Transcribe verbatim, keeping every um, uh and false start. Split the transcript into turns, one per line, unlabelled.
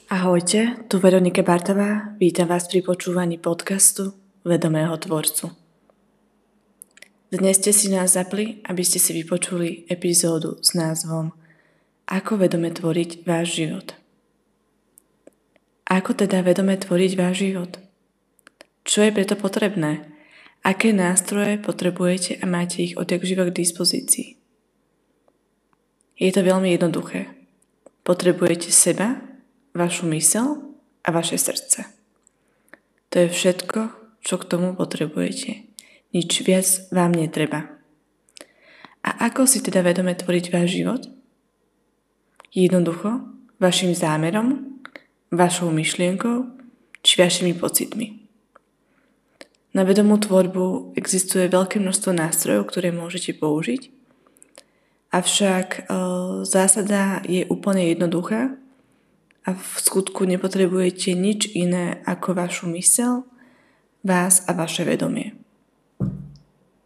Ahojte, tu Veronika Bartová, vítam vás pri počúvaní podcastu Vedomého tvorcu. Dnes ste si nás zapli, aby ste si vypočuli epizódu s názvom Ako vedome tvoriť váš život. Ako teda vedome tvoriť váš život? Čo je preto potrebné? Aké nástroje potrebujete a máte ich odjakživa k dispozícii? Je to veľmi jednoduché. Potrebujete seba, vašu myseľ a vaše srdce. To je všetko, čo k tomu potrebujete. Nič viac vám netreba. A ako si teda vedome tvoriť váš život? Jednoducho, vašim zámerom, vašou myšlienkou či vašimi pocitmi. Na vedomú tvorbu existuje veľké množstvo nástrojov, ktoré môžete použiť, avšak e, zásada je úplne jednoduchá a v skutku nepotrebujete nič iné ako vašu myseľ, vás a vaše vedomie.